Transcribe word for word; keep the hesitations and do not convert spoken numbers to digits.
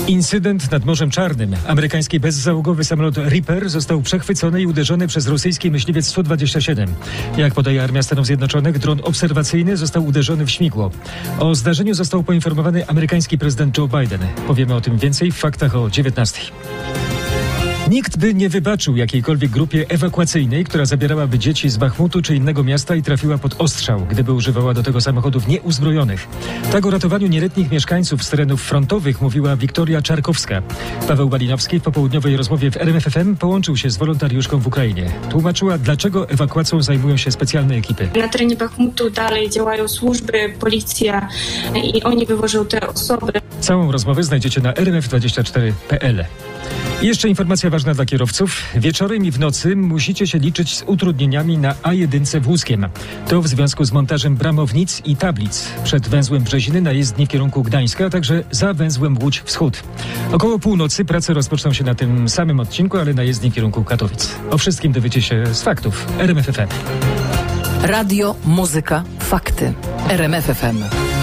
Incydent nad Morzem Czarnym. Amerykański bezzałogowy samolot Reaper został przechwycony i uderzony przez rosyjski myśliwiec stu dwudziestu siedmiu. Jak podaje Armia Stanów Zjednoczonych, dron obserwacyjny został uderzony w śmigło. O zdarzeniu został poinformowany amerykański prezydent Joe Biden. Powiemy o tym więcej w faktach o dziewiętnastej. Nikt by nie wybaczył jakiejkolwiek grupie ewakuacyjnej, która zabierałaby dzieci z Bachmutu czy innego miasta i trafiła pod ostrzał, gdyby używała do tego samochodów nieuzbrojonych. Tak o ratowaniu nieletnich mieszkańców z terenów frontowych mówiła Wiktoria Czarkowska. Paweł Balinowski w popołudniowej rozmowie w R M F F M połączył się z wolontariuszką w Ukrainie. Tłumaczyła, dlaczego ewakuacją zajmują się specjalne ekipy. Na terenie Bachmutu dalej działają służby, policja i oni wywożą te osoby. Całą rozmowę znajdziecie na r m f dwadzieścia cztery kropka p l. I jeszcze informacja ważna dla kierowców. Wieczorem i w nocy musicie się liczyć z utrudnieniami na A jeden w Łuskiem. To w związku z montażem bramownic i tablic przed węzłem Brzeziny na jezdni w kierunku Gdańska, a także za węzłem Łódź Wschód. Około północy prace rozpoczną się na tym samym odcinku, ale na jezdni w kierunku Katowic. O wszystkim dowiecie się z faktów R M F F M. Radio, muzyka, fakty. R M F F M.